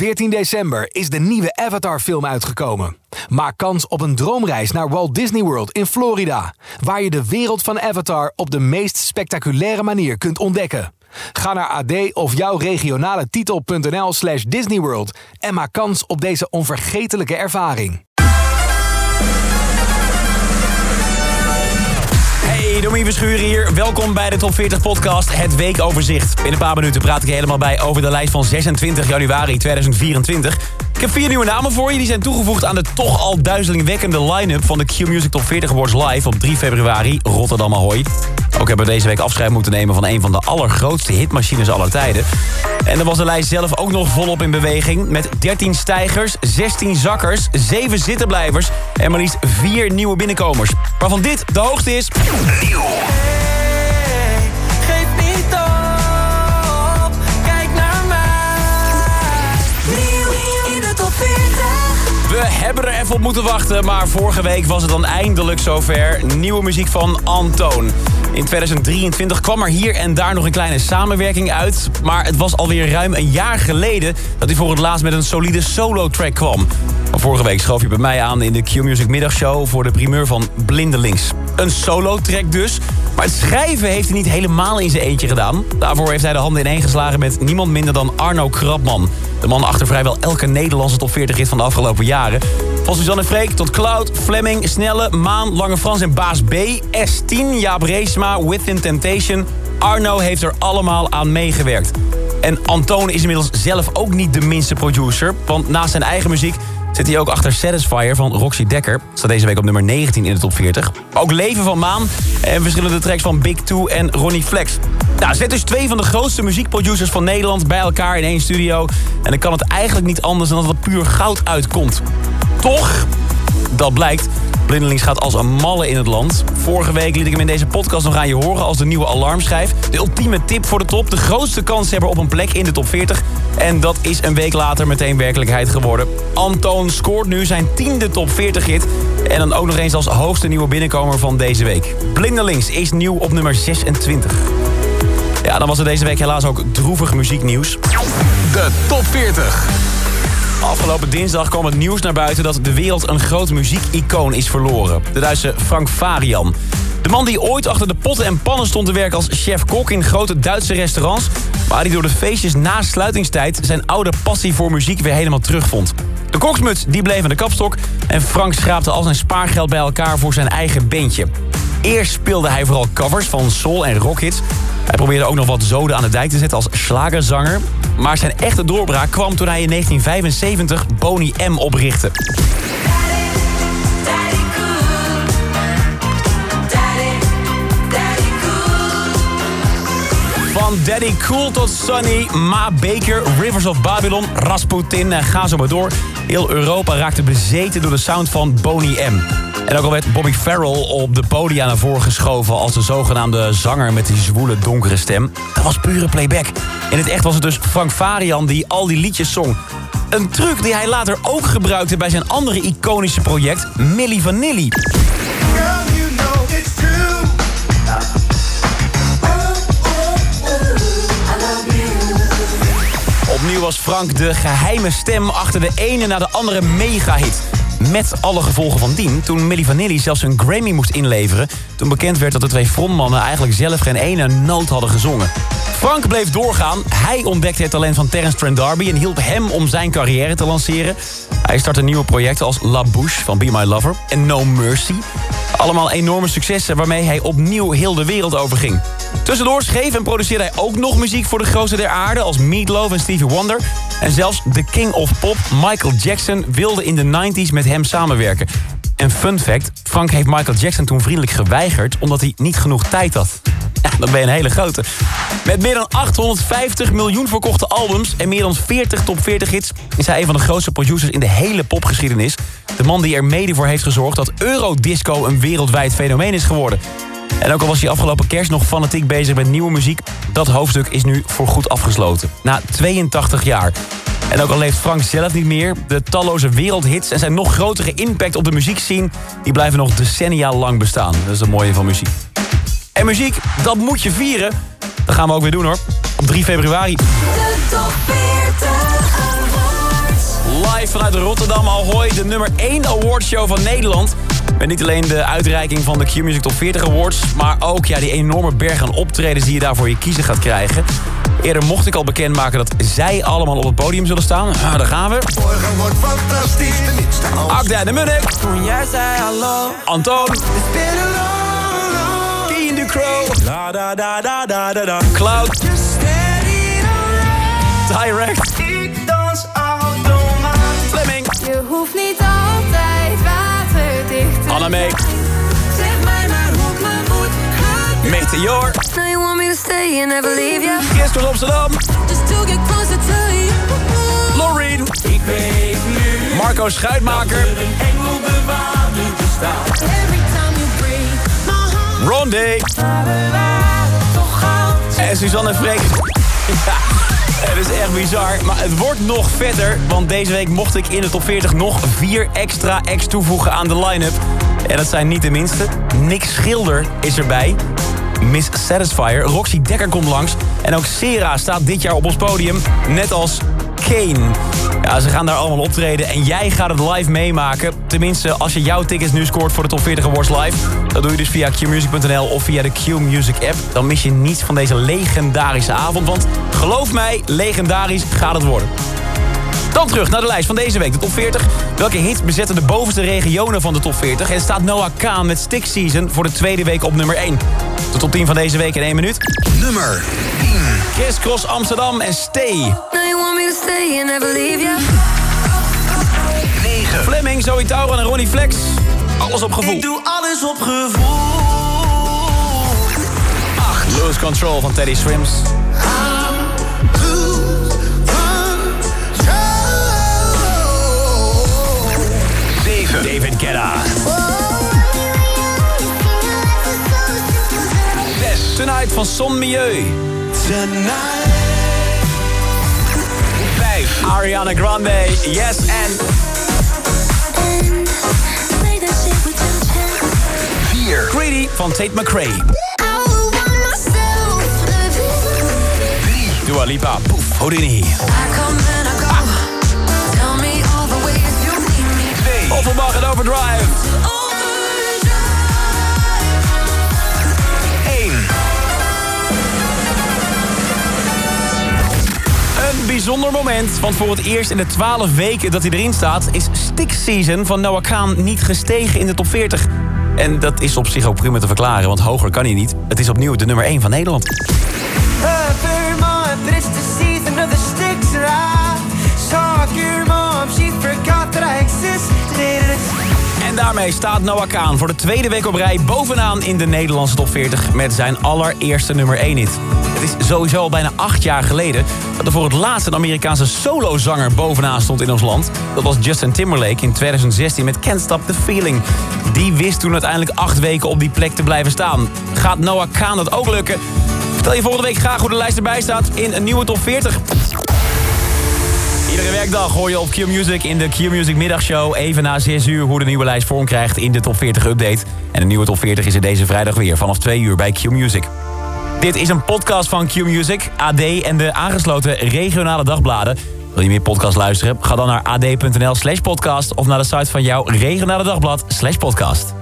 14 december is de nieuwe Avatar-film uitgekomen. Maak kans op een droomreis naar Walt Disney World in Florida, waar je de wereld van Avatar op de meest spectaculaire manier kunt ontdekken. Ga naar AD of jouw regionale titel.nl/Disneyworld en maak kans op deze onvergetelijke ervaring. Hey, Domien Verschuren hier. Welkom bij de Top 40 podcast, het weekoverzicht. In een paar minuten praat ik je helemaal bij over de lijst van 26 januari 2024. Ik heb 4 nieuwe namen voor je. Die zijn toegevoegd aan de toch al duizelingwekkende line-up van de Q-Music Top 40 Awards live op 3 februari. Rotterdam Ahoy. Ook hebben we deze week afscheid moeten nemen van een van de allergrootste hitmachines aller tijden. En dan was de lijst zelf ook nog volop in beweging. Met 13 stijgers, 16 zakkers, 7 zittenblijvers en maar liefst 4 nieuwe binnenkomers. Waarvan dit de hoogste is. Nieuw. Hey, geef niet op, kijk naar mij. Nieuw in de top 40. We hebben er even op moeten wachten, maar vorige week was het dan eindelijk zover. Nieuwe muziek van Antoon. In 2023 kwam er hier en daar nog een kleine samenwerking uit. Maar het was alweer ruim een jaar geleden dat hij voor het laatst met een solide solo-track kwam. Vorige week schoof je bij mij aan in de Q-Music middagshow voor de primeur van Blindelings. Een solo-track dus, maar het schrijven heeft hij niet helemaal in zijn eentje gedaan. Daarvoor heeft hij de handen ineen geslagen met niemand minder dan Arno Krapman. De man achter vrijwel elke Nederlandse top 40 hit van de afgelopen jaren. Van Suzanne Freek tot Cloud, Fleming, Snelle, Maan, Lange Frans en Baas B, S10, Jaap Reesma, Within Temptation. Arno heeft er allemaal aan meegewerkt. En Antoon is inmiddels zelf ook niet de minste producer, want naast zijn eigen muziek zit hij ook achter Satisfier van Roxy Dekker. Staat deze week op nummer 19 in de top 40. Ook Leven van Maan en verschillende tracks van Big Two en Ronnie Flex. Nou, zet dus 2 van de grootste muziekproducers van Nederland bij elkaar in één studio. En dan kan het eigenlijk niet anders dan dat het puur goud uitkomt. Toch, dat blijkt, Blindelings gaat als een malle in het land. Vorige week liet ik hem in deze podcast nog aan je horen als de nieuwe alarmschijf. De ultieme tip voor de top, de grootste kanshebber op een plek in de top 40. En dat is een week later meteen werkelijkheid geworden. Antoon scoort nu zijn 10e top 40 hit. En dan ook nog eens als hoogste nieuwe binnenkomer van deze week. Blindelings is nieuw op nummer 26. Ja, dan was er deze week helaas ook droevig muzieknieuws. De top 40. Afgelopen dinsdag kwam het nieuws naar buiten dat de wereld een groot muziekicoon is verloren. De Duitse Frank Farian. De man die ooit achter de potten en pannen stond te werken als chef-kok in grote Duitse restaurants, maar die door de feestjes na sluitingstijd zijn oude passie voor muziek weer helemaal terugvond. De koksmuts die bleef aan de kapstok en Frank schraapte al zijn spaargeld bij elkaar voor zijn eigen bandje. Eerst speelde hij vooral covers van soul- en rockhits. Hij probeerde ook nog wat zoden aan de dijk te zetten als slagerzanger. Maar zijn echte doorbraak kwam toen hij in 1975 Boney M oprichtte. Van Daddy Cool tot Sunny, Ma Baker, Rivers of Babylon, Rasputin en ga zo maar door. Heel Europa raakte bezeten door de sound van Boney M. En ook al werd Bobby Farrell op de podia naar voren geschoven als de zogenaamde zanger met die zwoele donkere stem. Dat was pure playback. In het echt was het dus Frank Farian die al die liedjes zong. Een truc die hij later ook gebruikte bij zijn andere iconische project, Milli Vanilli. Girl, you know it's true. Opnieuw was Frank de geheime stem achter de ene na de andere megahit. Met alle gevolgen van dien, toen Milli Vanilli zelfs een Grammy moest inleveren, toen bekend werd dat de 2 frontmannen eigenlijk zelf geen ene noot hadden gezongen. Frank bleef doorgaan. Hij ontdekte het talent van Terence Trent D'Arby en hielp hem om zijn carrière te lanceren. Hij startte nieuwe projecten als La Bouche van Be My Lover en No Mercy. Allemaal enorme successen waarmee hij opnieuw heel de wereld overging. Tussendoor schreef en produceerde hij ook nog muziek voor de grootste der aarde als Meatloaf en Stevie Wonder. En zelfs de King of Pop, Michael Jackson, wilde in de 90s met hem samenwerken. En fun fact, Frank heeft Michael Jackson toen vriendelijk geweigerd omdat hij niet genoeg tijd had. Ja, dan ben je een hele grote. Met meer dan 850 miljoen verkochte albums en meer dan 40 top 40 hits is hij een van de grootste producers in de hele popgeschiedenis. De man die er mede voor heeft gezorgd dat Eurodisco een wereldwijd fenomeen is geworden. En ook al was hij afgelopen kerst nog fanatiek bezig met nieuwe muziek, dat hoofdstuk is nu voorgoed afgesloten. Na 82 jaar. En ook al leeft Frank zelf niet meer, de talloze wereldhits en zijn nog grotere impact op de muziekscene, die blijven nog decennia lang bestaan. Dat is het mooie van muziek. En muziek, dat moet je vieren. Dat gaan we ook weer doen hoor. Op 3 februari. De top 40 Awards. vanuit Rotterdam. Ahoy, de nummer 1 awardshow van Nederland. Met niet alleen de uitreiking van de Q-Music Top 40 Awards... maar ook die enorme berg aan optredens die je daar voor je kiezen gaat krijgen. Eerder mocht ik al bekendmaken dat zij allemaal op het podium zullen staan. Daar gaan we. Morgen wordt fantastisch, tenminste als... Akda de Munnik. Toen jij zei hallo. Antoon. It's been a long, long Keen de Crow. Da da da da da da da. Cloud. Just steady around. Direct. Ik dans automatisch. Fleming. Je hoeft niet altijd waterdicht te Anna-Mee. Zeg mij maar hoe ik me moet gaan. Meteor. Now you want me to stay and never leave you. Gisteren Amsterdam. Just to get closer to you. Loreen. Ik weet nu Marco Schuitmaker. een engelbewaarder bestaat. Every time you breathe, my heart. Rondé. Toch gauw. En Suzanne Freek. Ja, het is echt bizar. Maar het wordt nog vetter. Want deze week mocht ik in de top 40 nog 4 extra acts toevoegen aan de line-up. En dat zijn niet de minste. Nick Schilder is erbij. Miss Satisfier. Roxy Dekker komt langs. En ook Sera staat dit jaar op ons podium. Net als Kane. Ja, ze gaan daar allemaal optreden en jij gaat het live meemaken. Tenminste, als je jouw tickets nu scoort voor de Top 40 Awards live. Dat doe je dus via qmusic.nl of via de Q-Music app. Dan mis je niets van deze legendarische avond. Want geloof mij, legendarisch gaat het worden. Dan terug naar de lijst van deze week, de top 40. Welke hits bezetten de bovenste regionen van de top 40? En staat Noah Kahan met Stick Season voor de tweede week op nummer 1. De top 10 van deze week in 1 minuut. Nummer 10. Criss Cross Amsterdam en Stay. Now you want me to stay and never leave you. 9. Fleming, Zoe Tauran en Ronnie Flex. Alles op gevoel. Ik doe alles op gevoel. 8. Lose Control van Teddy Swims. 7. David Guetta. 6. Tonight van Son Milieu. Tonight. 5. Ariana Grande. Yes and... 4. Greedy van Tate McRae. 3. Dua Lipa. Poef. Houdini. 2. Offenbach en Overdrive. 1. Een bijzonder moment, want voor het eerst in de 12 weken dat hij erin staat... is Stick Season van Noah Kahan niet gestegen in de top 40. En dat is op zich ook prima te verklaren, want hoger kan hij niet. Het is opnieuw de nummer 1 van Nederland. Every month it's the season of the sticks and I saw your mom, she forgot that I existed. En daarmee staat Noah Kahan voor de tweede week op rij bovenaan in de Nederlandse top 40 met zijn allereerste nummer 1 hit. Het is sowieso al bijna 8 jaar geleden dat er voor het laatst een Amerikaanse solozanger bovenaan stond in ons land. Dat was Justin Timberlake in 2016 met Can't Stop the Feeling. Die wist toen uiteindelijk 8 weken op die plek te blijven staan. Gaat Noah Kahan dat ook lukken? Vertel je volgende week graag hoe de lijst erbij staat in een nieuwe top 40. Iedere werkdag hoor je op Q-Music in de Q-Music middagshow... even na 6 uur hoe de nieuwe lijst vorm krijgt in de top 40 update. En de nieuwe top 40 is er deze vrijdag weer vanaf 2 uur bij Q-Music. Dit is een podcast van Q-Music, AD en de aangesloten regionale dagbladen. Wil je meer podcast luisteren? Ga dan naar ad.nl/podcast of naar de site van jouw regionale dagblad /podcast.